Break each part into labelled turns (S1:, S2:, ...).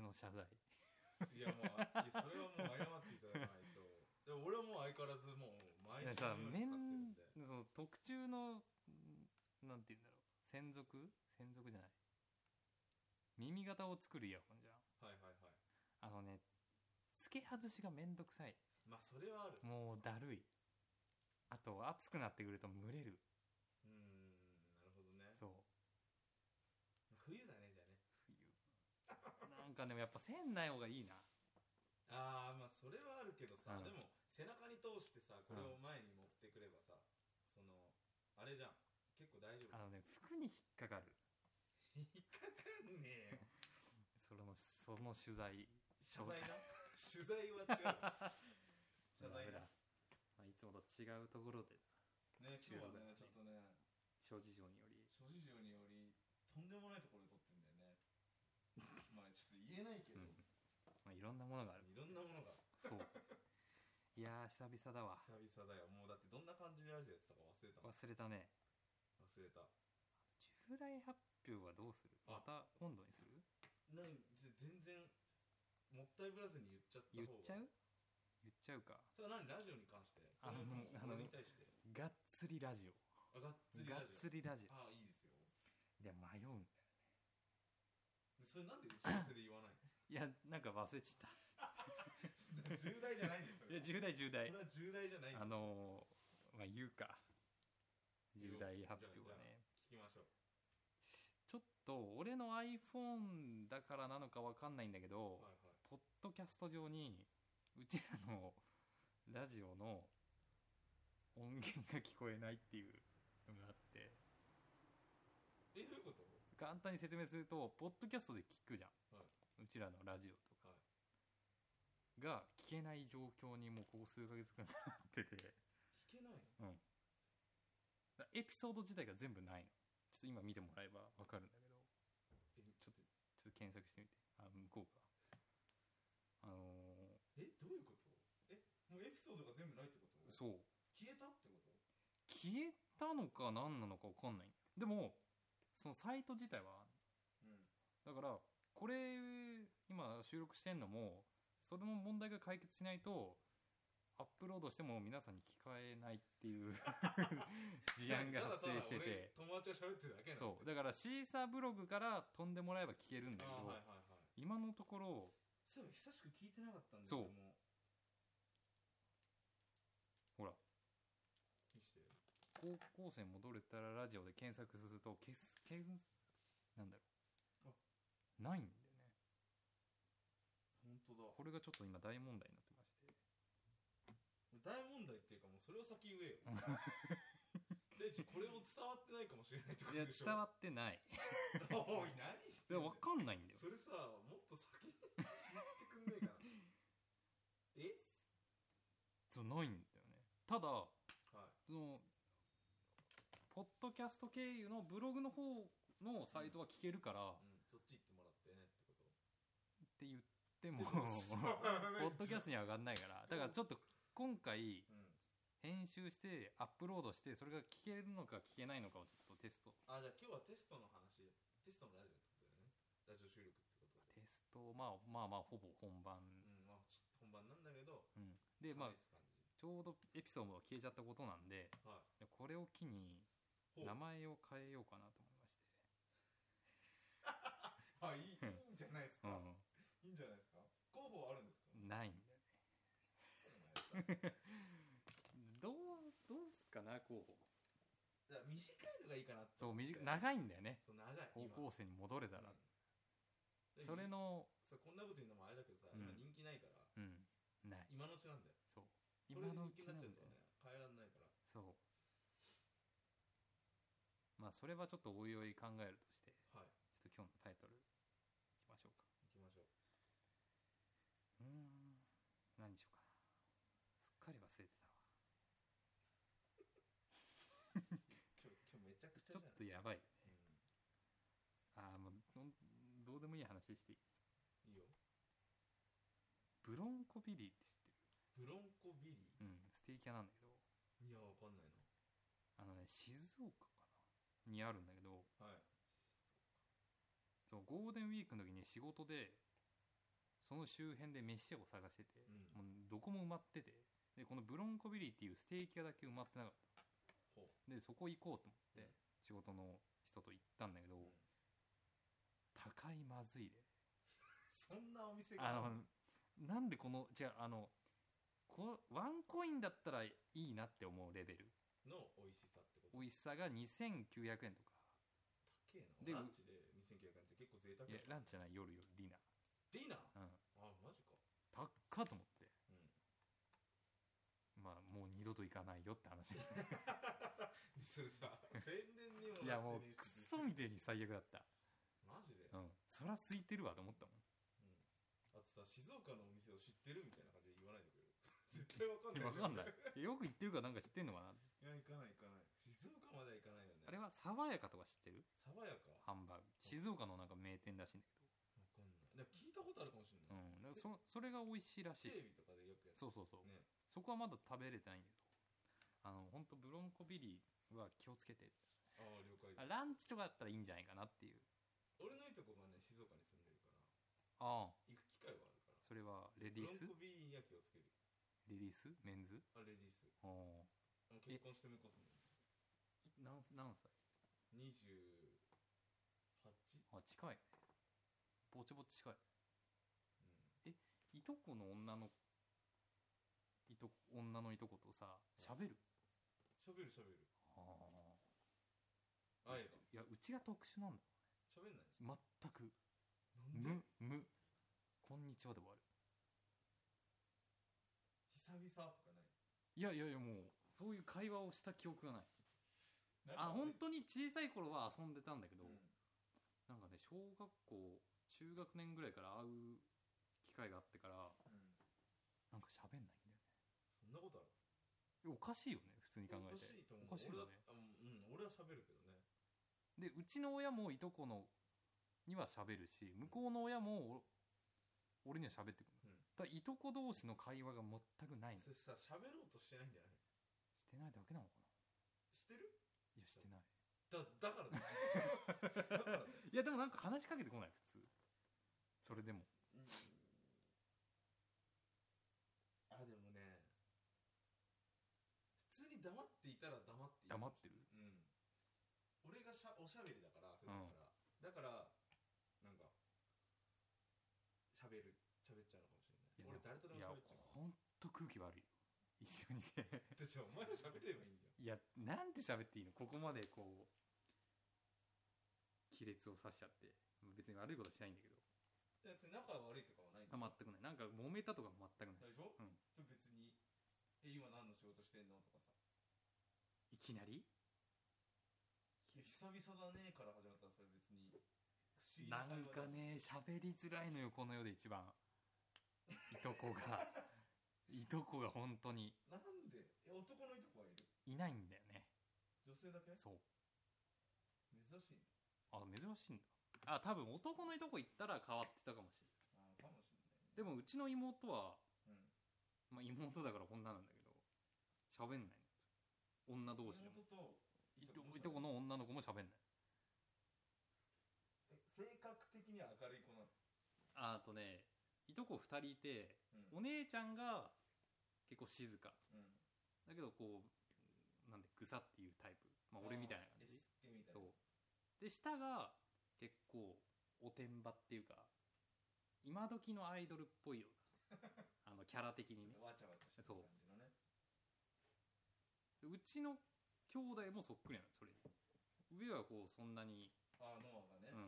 S1: の謝罪。
S2: いやもういやそれはもう謝っていただかないと。でも俺はもう相変わらずもう毎週のように使ってるんで。
S1: その特注のなんて言うんだろう、専属じゃない、耳型を作るイヤホンじゃん。
S2: はいはいはい。
S1: あのね、付け外しがめんどくさい。
S2: まあそれはある。
S1: もうだるい。あと暑くなってくると蒸れる。
S2: なるほどね。
S1: そう、
S2: 冬だねじゃあね。
S1: 冬なんかでもやっぱ線ない方がいいな。
S2: ああまあそれはあるけどさ、
S1: うん
S2: でも背中に通してさこれを前に持ってくればさ、そのあれじゃん、結構大丈夫。
S1: あのね、服に引っかかる。
S2: 引っかかんねえよ。
S1: その取材
S2: 謝罪な取材は違う。謝罪な。
S1: まあ、いつもと違うところで
S2: ね、今日はねちょっとね
S1: 諸事情により
S2: とんでもないところで撮ってんだよね。まあちょっと言えないけど、
S1: まあ、いろんなものがある。
S2: いろんなものが。
S1: そういやー久々だわ。
S2: 久々だよ。もうだってどんな感じでラジオやってたか忘れたもん。
S1: 忘れたね。
S2: 忘れた。
S1: 重大発表はどうする？また今度にする？
S2: 全然もったいぶらずに言っちゃった方が。
S1: 言っちゃうか。
S2: それは何？ラジオに関して？それは俺に対して？
S1: がっつりラジオ。
S2: がっつりラジオ。ああいいですよ。
S1: いや迷うんだよね。
S2: それなんで打ち合わせで言わないの？
S1: いやなんか忘れちゃった
S2: 重大じゃないんですよ。
S1: いや重大。
S2: それは重大じゃないんですよ。
S1: まあ言うか。重大発表はね。
S2: 聞きましょう。
S1: ちょっと俺の iPhone だからなのか分かんないんだけど、
S2: はいはい、
S1: ポッドキャスト上にうちらのラジオの音源が聞こえないっていうのがあって。
S2: どういうこと？
S1: 簡単に説明すると、ポッドキャストで聞くじゃん、
S2: はい、
S1: うちらのラジオとか、
S2: はい、
S1: が聞けない状況にもうここ数ヶ月間なってて。
S2: 聞けないの？
S1: うん。エピソード自体が全部ないの。ちょっと今見てもらえば分かるんだけど、ちょっと検索してみて。向こうか。
S2: どういうこと？もうエピソードが全部ないってこと？
S1: そう。
S2: 消えたってこと？
S1: 消えたのか何なのか分かんないんだよ。でもそのサイト自体は、だからこれ今収録してんのもそれの問題が解決しないとアップロードしても皆さんに聞かえないっていう事案が発生してて、
S2: 友達が喋ってるだけなんで。
S1: そうだからシーサーブログから飛んでもらえば聞けるんだけど、
S2: はいはいはい、
S1: 今のところ
S2: そういえば久しく聞いてなかったんだけども。
S1: ほら
S2: 見して。
S1: 高校生戻れたらラジオで検索するとなんだろう、ないんだよね。
S2: 本当だ。
S1: これがちょっと今大問題になってまして。
S2: 大問題っていうかもうそれを先言えよ。でこれも伝わってないかもしれないってことでしょ。
S1: いや伝わってない。
S2: おい何してんの？
S1: 分かんないんだよ。
S2: それさもっと先に言ってくんねえかな。
S1: そうないんだよね。ただ、
S2: はい、
S1: そのポッドキャスト経由のブログの方のサイトは聞けるから、
S2: そっち行ってもらってねってこと
S1: って言ってもポッドキャストには上がんないから。だからちょっと今回、編集してアップロードしてそれが聞けるのか聞けないのかをちょっとテスト。
S2: じゃあ今日はテストの話、テストのラジオってことだよね。ラジオ収録ってことで。
S1: テスト、まあほぼ本番、
S2: 本番なんだけど、
S1: でちょうどエピソードが消えちゃったことなんで、これを機に名前を変えようかなと思いまして。
S2: いいんじゃないですか。いいんじゃないですか。候補あるんですか？
S1: ないんだよね。どうすかな候補。
S2: 短いのがいいかなって。
S1: そう長いんだよね。
S2: そう長い。
S1: 高校生に戻れたら、それの
S2: こんなこと言うのもあれだけどさ、今人気ないから、
S1: ない。
S2: 今のうちなんだよ。
S1: そう今のうち
S2: なんだよ。変えられないから。
S1: そう。まあそれはちょっとおいおい考えるとして、ちょっと今日のタイトルいきましょうか。
S2: いきましょう。
S1: 何にしようかな。すっかり忘れてたわ。
S2: 今日めちゃくちゃじゃない。
S1: ちょっとやばいね。もうどうでもいい話していい？いいよ。ブロンコビリーって知ってる？
S2: ブロンコビリー？
S1: ステーキ屋なんだけど。
S2: いやわかんないな。
S1: 静岡かなにあるんだけど、
S2: はい。
S1: そうゴールデンウィークの時に仕事でその周辺で飯を探してて、
S2: うん
S1: もうどこも埋まってて、でこのブロンコビリーっていうステーキ屋だけ埋まってなかった。
S2: ほ
S1: でそこ行こうと思って、
S2: うん
S1: 仕事の人と行ったんだけど、
S2: うん
S1: 高いまずいで、
S2: そんなお店が
S1: なんでこのじゃあワンコインだったらいいなって思うレベル
S2: の美味しさってこと。
S1: 美味しさが2900円とか
S2: 高えな。
S1: で
S2: ランチで2900円って結構贅沢
S1: いや
S2: や。
S1: ランチじゃない、夜ディナー。
S2: ディナー、
S1: うん
S2: あ、マジか。
S1: 高っと思って、
S2: うん。
S1: まあもう二度と行かないよって話
S2: それさ、宣伝にも
S1: いやもう
S2: なってねえし
S1: クソみてえに最悪だった。
S2: マジで、
S1: うんそら空いてるわと思ったもん。
S2: あとさ、静岡のお店を知ってるみたいな感じで言わないでくれる。絶対わかんない。
S1: 分かんないよく行ってるかなんか知ってんのかな。
S2: いや、行かない行かない。静岡までは行かないよね。
S1: あれは爽やかとか知ってる？
S2: 爽やか。
S1: ハンバーグ静岡のなんか名店らしいんだけ
S2: わかんない。でも聞いたことあるかもしれ
S1: ど、
S2: ない。
S1: だからそれが美味しいらしい。
S2: テレビとかでよくやる。
S1: そうそうそう、
S2: ね。
S1: そこはまだ食べれてないんだけど、ほんとブロンコビリーは気をつけて。
S2: ああ、了解です。
S1: ランチとかだったらいいんじゃないかなっていう。
S2: 俺のいとこがね、静岡に住んでるから、
S1: ああ
S2: 行く機会はあるから。
S1: それはレディース
S2: ブロンコビリー焼きをつける。
S1: レディースメンズ。
S2: あ、レディース。
S1: あ
S2: もう結婚して向こう住んでる。
S1: 何歳？
S2: 28？
S1: あ近いね、ぼちぼち近い。
S2: うん。
S1: いとこの女のいとことさ喋る？
S2: 喋る喋る。
S1: あ
S2: 会えば。
S1: いやうちが特殊なんだ
S2: 喋んないんです
S1: 全く。
S2: なんで
S1: こんにちはで終わる。
S2: 久々とかない。
S1: いやもうそういう会話をした記憶がない。
S2: なんか
S1: 本当に小さい頃は遊んでたんだけど、
S2: うん。
S1: なんかね小学校中学年ぐらいから会う機会があってから
S2: うん。
S1: なんか喋んないんだよね。
S2: そんなことある？
S1: おかしいよね普通に考えて。
S2: おかしいと思う。
S1: おかしいよね。
S2: 俺は喋るけどね。
S1: でうちの親もいとこのには喋るし、向こうの親も俺には喋ってくる。
S2: うん。
S1: だからいとこ同士の会話が全くないんだ。
S2: それさ、喋ろうとしてないんじゃない？
S1: してないだけなのかな。
S2: してる？
S1: いやしてない。
S2: だからだ。だからだ。
S1: いやでもなんか話しかけてこない普通。それでも
S2: あ、でもね、普通に黙っていたら黙っていい。
S1: 黙ってる。
S2: うん。俺がおしゃべりだから普段から、だからなんか喋っちゃうのかもしれない。俺誰とでも喋っちゃう。
S1: ほんと空気悪いよ一緒にね。
S2: じゃあお前が喋ればいいんだよ。
S1: いやなんて喋っていいの、ここまでこう亀裂を刺しちゃって。別に悪いことはしないんだけど。
S2: だって仲悪いとかはないんでしょ？
S1: 全くない。なんか揉めたとかも全くない。
S2: でしょ？
S1: うん
S2: 別に今何の仕事してんのとかさ、
S1: いきなり
S2: 久々だねから始まったらそれ別に不思議
S1: な
S2: なん
S1: かね喋りづらいのよこの世で一番。いとこが本当に
S2: なんで男のいとこはいる？
S1: いないんだよね。
S2: 女性だけ？
S1: そう。
S2: 珍しいね。
S1: 珍しいんだ。多分男のいとこ行ったら変わってたかもしれない。
S2: かもしれないね。
S1: でもうちの妹は、
S2: うん。
S1: まあ、妹だからこんななんだけど喋んないの。女同士でも。
S2: 妹と
S1: いとこの女の子も喋んない。
S2: 性格的には明るい子なの？
S1: あとねいとこ2人いて、
S2: うん。
S1: お姉ちゃんが結構静か
S2: うん。
S1: だけどこうなんでグサっていうタイプ、まあ、俺みたいな感じ。
S2: エスケみたいな。
S1: そうで下が結構おてんばっていうか今時のアイドルっぽいようなキャラ的にね。
S2: わちゃわちゃしてる感じのね。
S1: うちの兄弟もそっくりなのそれに。上はこうそんなに
S2: ノアがね。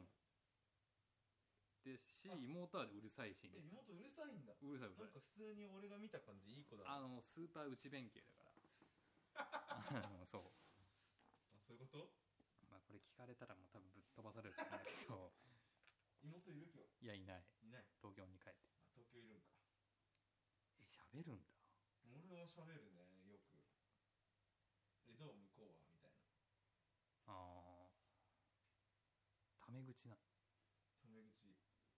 S1: ですし妹はうるさいし、
S2: 妹うるさいんだ。
S1: うるさい。
S2: なんか普通に俺が見た感じいい子だな。
S1: スーパー内弁慶だからそう
S2: そういうこと？
S1: まあこれ聞かれたらもう多分ぶっ飛ばされると思うんだけど
S2: 妹いる今日？
S1: いやいない。
S2: いない。
S1: 東京に帰って。
S2: 東京いるんか。
S1: 喋るんだ。
S2: 俺は喋るねよく。どう向こうはみたいな。
S1: タメ口な。
S2: タメ口。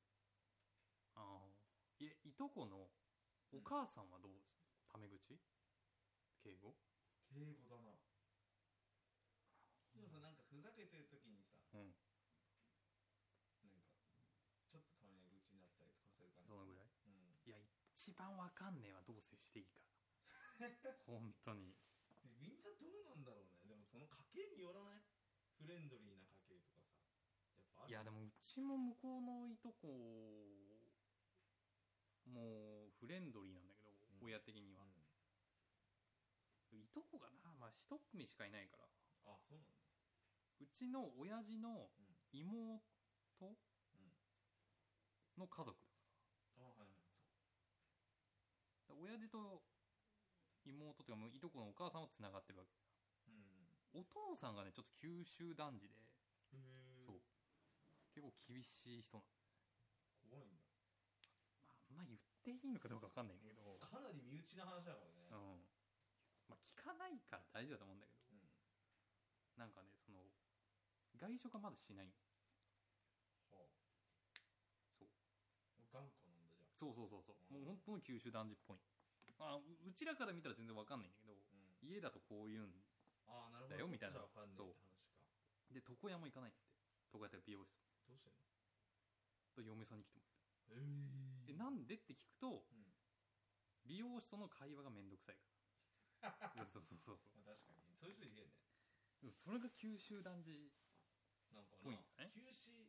S1: いとこのお母さんはどう？タメ口？敬語？
S2: 敬語だな。でもさ、なんかふざけてる時にさ、なんかちょっとタメ口になったりとかする感じ。
S1: そのぐらい。 一番わかんねえわ、どう接していいか本当に。
S2: みんなどうなんだろうね。でもその家系によらない？フレンドリーな家系とかさ、やっぱある。
S1: いやでもうちも向こうのいとこもうフレンドリーなんだけど、親的には、いとこがな、まあ一組しかいないから。
S2: あ、そうなんだ。
S1: うちの親父の妹の家族だから。
S2: あ、はいはい。
S1: そう。親父と妹というかもういとこのお母さんはつながってるわけ。お父さんがねちょっと九州男児で、そう結構厳しい人なの。
S2: 怖いんだ。
S1: まああんま言っていいのかどうか分かんないんだけど、
S2: かなり身内な話だからね。
S1: まあ聞かないから大事だと思うんだけど、なんかねその外食はまずしない。
S2: はあ、
S1: そう
S2: 頑固なんだじゃあ。
S1: そうそうそうそう、もう本当の九州男児っぽい。うちらから見たら全然わかんないんだけど、家だとこういうんだよみたいな。そうで床屋も行かないって。床屋って美容室。
S2: どうしてんの？
S1: と嫁さんに来てもらって、なんでって聞くと、美容師との会話がめんどくさいからそうそうそうそう、
S2: まあ、確かにそういう人いるよね。
S1: それが九州男児
S2: なんか
S1: っぽいんだね。
S2: 九州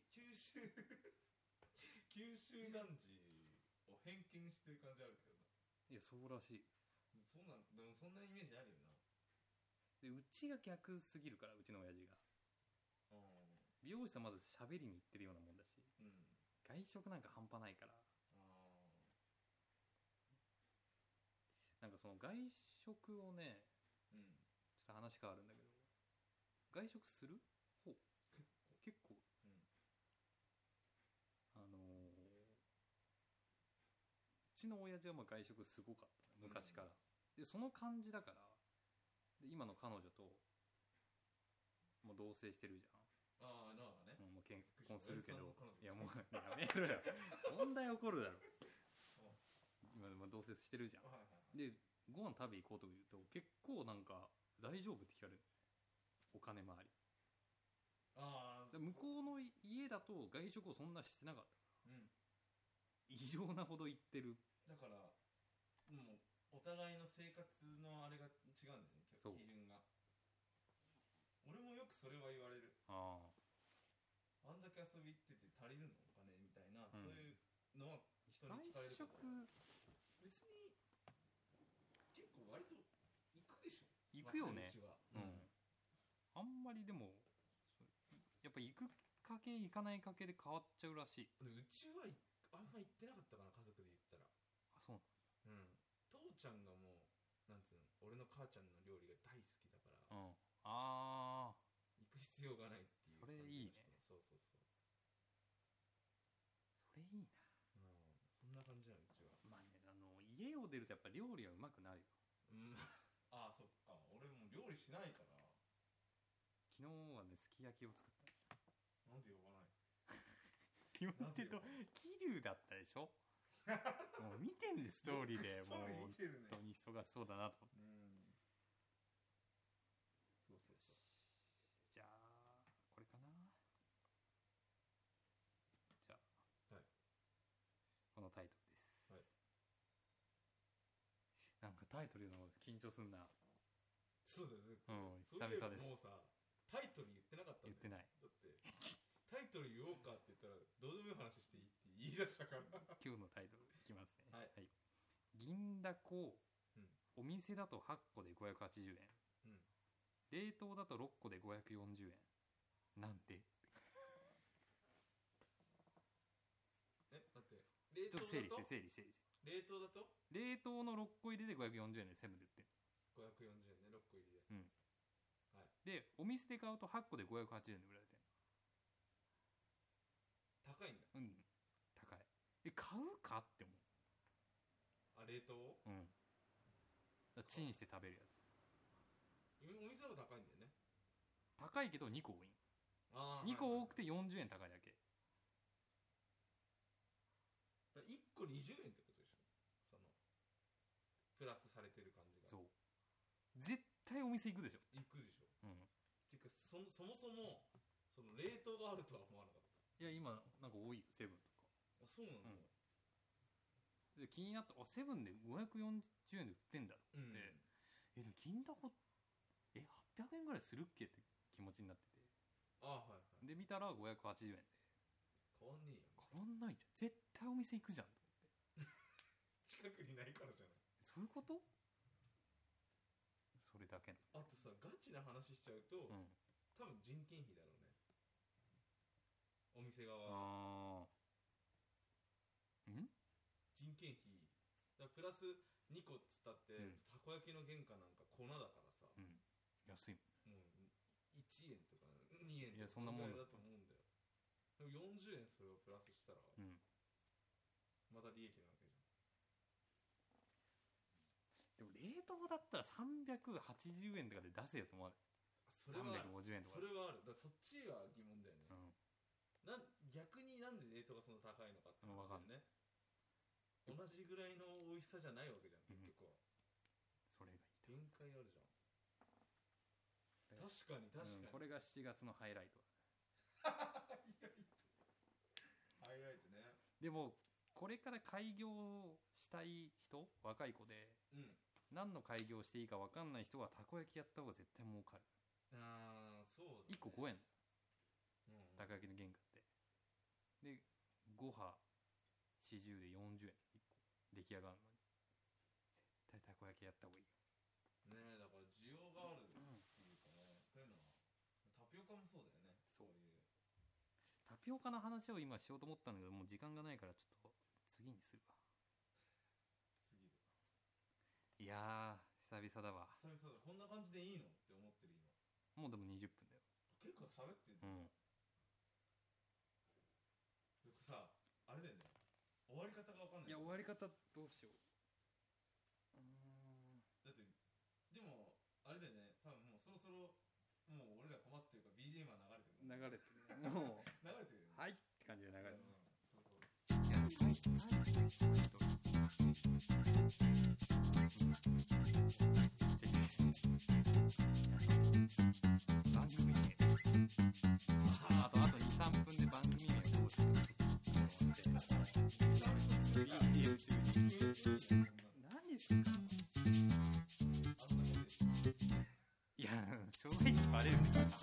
S2: 男児を偏見してる感じあるけどな。
S1: いやそうらしい。
S2: そうなんでもそんなイメージあるよな。
S1: でうちが逆すぎるから、うちの親父が。美容師はまず喋りに行ってるようなもんだし、外食なんか半端ないから。なんかその外食をね、ちょっと話変わるんだけど、外食する方結構、うちの親父はまあ外食すごかったね、昔から。でその感じだから、で今の彼女ともう同棲してるじゃん。
S2: ああ、なあね。
S1: もう結婚するけど、いやもうやめろよ問題起こるだろ今でも同棲してるじゃん。でご飯食べ行こうと言うと、結構なんか大丈夫って聞かれる。お金回り。で向こうの家だと外食をそんなしてなかった、異常なほど行ってる。
S2: だからもうお互いの生活のあれが違うんだよね、基準が。俺もよくそれは言われる。あんだけ遊び行ってて足りるのお金みたいな、そういうのは人に聞かれるから。別に結構割と行くでしょ。
S1: 行くよね。あんまりでもやっぱ行く家系行かない家系で変わっちゃうらしい。
S2: うちはあんま行ってなかったかな、家族で言ったら。
S1: あ、そうなんだ。
S2: 父ちゃんがもうなんつうの、俺の母ちゃんの料理が大好きだから、行く必要がないっていう。
S1: それいいね。
S2: そうそうそう、
S1: それいいな。
S2: そんな感じなの、うちは。
S1: まあね、家を出るとやっぱ料理はうまくなるよ。
S2: ああ、そっか。俺も料理しないから。
S1: 昨日はね、すき焼きを作った。
S2: なんで呼ばない？
S1: 言わせと桐生だったでしょもう見てんで、ストーリーでもう本当に忙しそうだなと思って。
S2: そうそうそう。
S1: じゃあこれかな。じゃあ、このタイトルです。なんかタイトルの緊張すんな。
S2: そうだよね。
S1: 久々です。
S2: もうさ、タイトル言ってなかったんだよ。
S1: 言ってない。
S2: だってタイトル言おうかって言ったらどうでもいい話していいって言い出したから
S1: 今日のタイトルいきますね。
S2: はい、
S1: 銀だこ、お店だと8個で580円、冷凍だと6個で540円。なんで
S2: だって冷凍だと、
S1: ちょっと整理して
S2: 冷凍だと
S1: 冷凍の6個入りで540円でセブンで売ってる。
S2: 540円で6個入りで、
S1: でお店で買うと8個で580円で売られてる。
S2: 高いんだ。
S1: 高い。買うかって思う。
S2: 冷凍？
S1: チンして食べるやつ。
S2: お店の方が高いんだよね。
S1: 高いけど2個多い。2個多くて40円高いだけ。
S2: 1個20円ってことでしょ、そのプラスされてる感じが。
S1: そう、絶対お店行くでしょ。
S2: 行くでしょ。てかそもそもその冷凍があるとは思わなかった。
S1: いや今なんか多いよ、セブンとか。
S2: あ、そうなんだ。
S1: で気になってセブンで540円で売ってんだと思って、でも金だこ800円ぐらいするっけって気持ちになってて、
S2: はいはい、
S1: で見たら580円で
S2: 変わんねえよ。
S1: 変わんないじゃん、絶対お店行くじゃんと思って
S2: 近くにないからじゃない。
S1: そういうこと？それだけなんです。
S2: あとさ、ガチな話しちゃうと、多分人件費だろうね、お店側は。人件費だプラス2個っつったって、たこ焼きの原価なんか粉だからさ、
S1: 安い
S2: もう1円とか2円とか
S1: そんなもん
S2: だと思うんだよ。でも40円それをプラスしたら、また利益なわけじゃん。
S1: でも冷凍だったら380円とかで出せよと思う。
S2: それは
S1: 350円とか。
S2: それはある。だそっちは疑問だよね。逆になんで冷凍がそんな高いのかって話だよね。同じぐらいの美味しさじゃないわけじゃん、結局は。
S1: それが
S2: 限界あるじゃん。確かに確かに、
S1: これが7月のハイライト
S2: ハイライトね。
S1: でもこれから開業したい人、若い子で、何の開業していいか分かんない人はたこ焼きやった方が絶対儲かる。
S2: そうだ、ね、
S1: 1個5円、たこ焼きの原価ってで5波40で40円1個出来上がるのに、絶対たこ焼きやった方がいいよ
S2: ね。だから需要があるっていうかね、そういうのはタピオカもそうだよね。そういう
S1: タピオカの話を今しようと思ったんだけど、もう時間がないからちょっと次にするわ。
S2: 次で。
S1: いやー久々だわ。
S2: 久々だ。こんな感じでいいのって思ってる今。
S1: もうでも20分だよ。
S2: 結構喋ってんの。さ、あれだよね、終わり方が分かんない。
S1: いや終わり方どうしよう。
S2: だってでもあれだよね、多分もうそろそろもう俺ら困ってるから BGM は流れてる。
S1: 流れてるもう
S2: 流れてるよね。
S1: はいって感じで流れてる。
S2: そうそう。
S1: 番組名あと 2,3 分で番組名をちょっと何すか。いや正直バレるんだから